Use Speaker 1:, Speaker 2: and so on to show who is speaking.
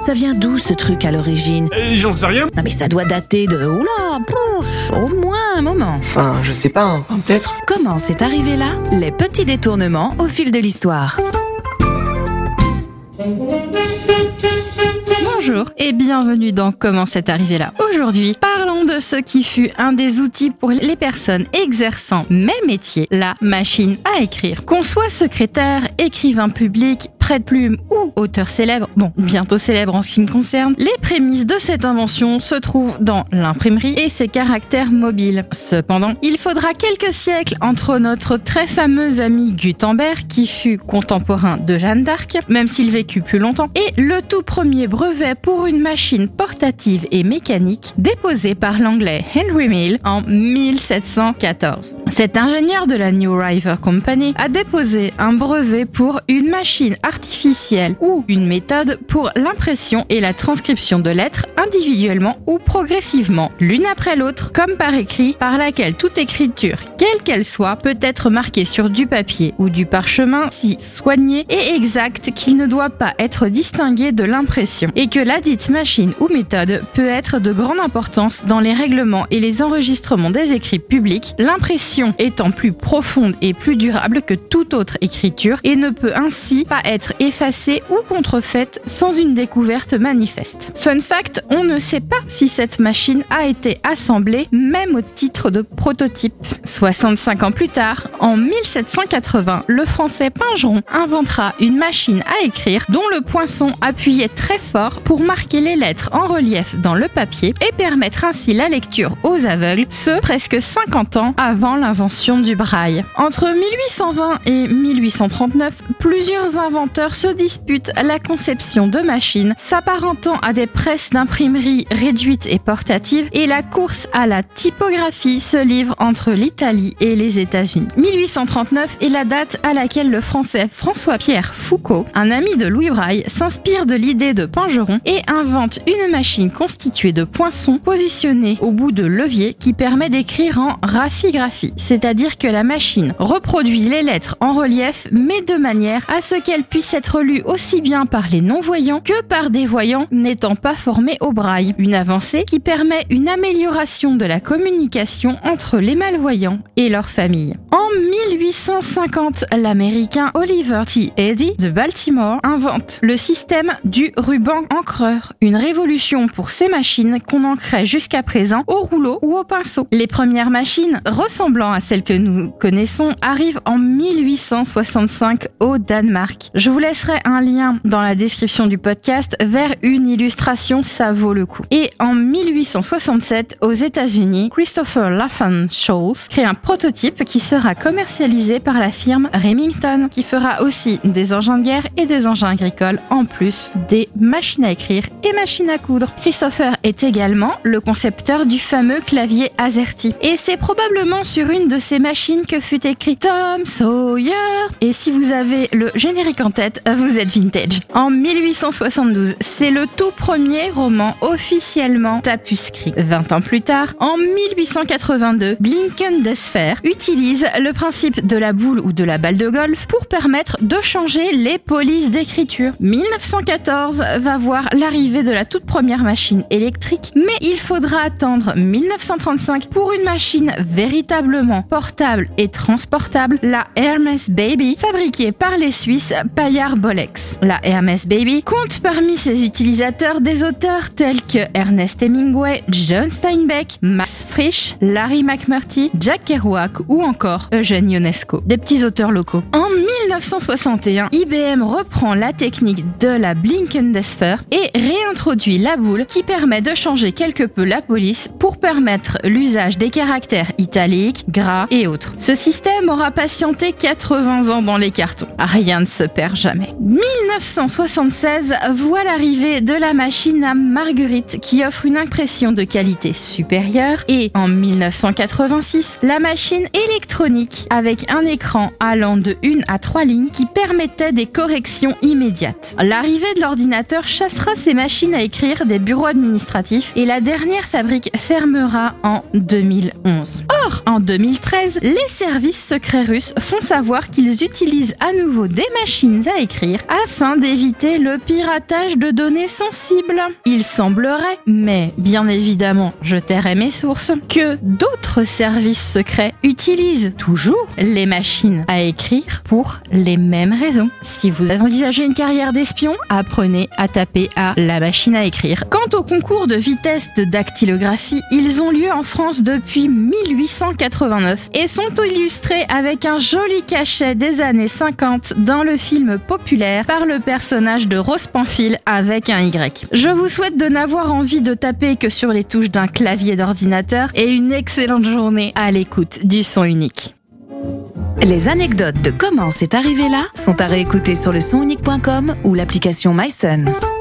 Speaker 1: Ça vient d'où ce truc à l'origine?
Speaker 2: J'en sais rien.
Speaker 1: Non mais ça doit dater de... Oula, au moins un moment.
Speaker 3: Enfin, je sais pas, peut-être.
Speaker 1: Comment c'est arrivé là? Les petits détournements au fil de l'histoire.
Speaker 4: Bonjour et bienvenue dans Comment c'est arrivé là. Aujourd'hui, parlons de ce qui fut un des outils pour les personnes exerçant mes métiers, la machine à écrire. Qu'on soit secrétaire, écrivain public, prête-plume ou auteur célèbre, bon, bientôt célèbre en ce qui me concerne, les prémices de cette invention se trouvent dans l'imprimerie et ses caractères mobiles. Cependant, il faudra quelques siècles entre notre très fameux ami Gutenberg, qui fut contemporain de Jeanne d'Arc, même s'il vécut plus longtemps, et le tout premier brevet pour une machine portative et mécanique déposé par l'anglais Henry Mill en 1714. Cet ingénieur de la New River Company a déposé un brevet pour une machine artificielle ou une méthode pour l'impression et la transcription de lettres individuellement ou progressivement, l'une après l'autre, comme par écrit, par laquelle toute écriture, quelle qu'elle soit, peut être marquée sur du papier ou du parchemin si soigné et exact qu'il ne doit pas être distingué de l'impression, et que la dite machine ou méthode peut être de grande importance dans les règlements et les enregistrements des écrits publics, l'impression étant plus profonde et plus durable que toute autre écriture et ne peut ainsi pas être effacée ou contrefaite sans une découverte manifeste. Fun fact, on ne sait pas si cette machine a été assemblée même au titre de prototype. 65 ans plus tard, en 1780, le français Pingeron inventera une machine à écrire dont le poinçon appuyait très fort pour marquer les lettres en relief dans le papier et permettre ainsi la lecture aux aveugles, ce presque 50 ans avant l'invention du braille. Entre 1820 et 1839, plusieurs inventeurs se disputent la conception de machines s'apparentant à des presses d'imprimerie réduites et portatives, et la course à la typographie se livre entre l'Italie et les États-Unis. 1839 est la date à laquelle le français François-Pierre Foucault, un ami de Louis Braille, s'inspire de l'idée de Pingeron et invente une machine constituée de poinçons positionnés au bout de leviers qui permet d'écrire en raphigraphie, c'est-à-dire que la machine reproduit les lettres en relief mais de manière à ce qu'elles puissent être lues aussi bien par les non-voyants que par des voyants n'étant pas formés au braille. Une avancée qui permet une amélioration de la communication entre les malvoyants et leurs familles. En 1850, l'américain Oliver T. Eddy de Baltimore invente le système du ruban encreur, une révolution pour ces machines qu'on ancrait jusqu'à présent au rouleau ou au pinceau. Les premières machines ressemblant à celles que nous connaissons arrivent en 1865 au Danemark. Je vous laisserai un lien dans la description du podcast vers une illustration, ça vaut le coup. Et en 1867, aux États-Unis, Christopher Laffan Scholes crée un prototype qui sera commercialisé par la firme Remington, qui fera aussi des engins de guerre et des engins agricoles, en plus des machines à écrire et machines à coudre. Christopher est également le concepteur du fameux clavier AZERTY. Et c'est probablement sur une de ces machines que fut écrit Tom Sawyer. Et si vous avez le générique en tête, vous êtes vintage. En 1872, c'est le tout premier roman officiellement tapuscrit. 20 ans plus tard, en 1882, Blinken Desfer utilise le principe de la boule ou de la balle de golf pour permettre de changer les polices d'écriture. 1914 va voir l'arrivée de la toute première machine électrique, mais il faudra attendre 1935 pour une machine véritablement portable et transportable, la Hermes Baby, fabriquée par les Suisses Payard-Bolex. La Hermes Baby compte parmi ses utilisateurs des auteurs tels que Ernest Hemingway, John Steinbeck, Max Frisch, Larry McMurtry, Jack Kerouac ou encore Eugène Ionesco. Des petits auteurs locaux. En 1961, IBM reprend la technique de la Blinken Desfer et réintroduit la boule qui permet de changer quelque peu la police pour permettre l'usage des caractères italiques, gras et autres. Ce système aura patienté 80 ans dans les cartons. Rien ne se perd jamais. 1976 voit l'arrivée de la machine à marguerite qui offre une impression de qualité supérieure, et en 1986, la machine électronique avec un écran allant de 1 à 3 lignes qui permettait des corrections immédiates. L'arrivée de l'ordinateur chassera ces machines à écrire des bureaux administratifs et la dernière fabrique fabrique fermera en 2011. Or, en 2013, les services secrets russes font savoir qu'ils utilisent à nouveau des machines à écrire afin d'éviter le piratage de données sensibles. Il semblerait, mais bien évidemment, je tairai mes sources, que d'autres services secrets utilisent toujours les machines à écrire pour les mêmes raisons. Si vous envisagez une carrière d'espion, apprenez à taper à la machine à écrire. Quant aux concours de vitesse de dactylographie, ils ont lieu en France depuis 1889 et sont illustrés avec un joli cachet des années 50 dans le film populaire par le personnage de Rose Pamphile avec un Y. Je vous souhaite de n'avoir envie de taper que sur les touches d'un clavier d'ordinateur et une excellente journée à l'écoute du son unique.
Speaker 1: Les anecdotes de comment c'est arrivé là sont à réécouter sur le sonunique.com ou l'application MySun.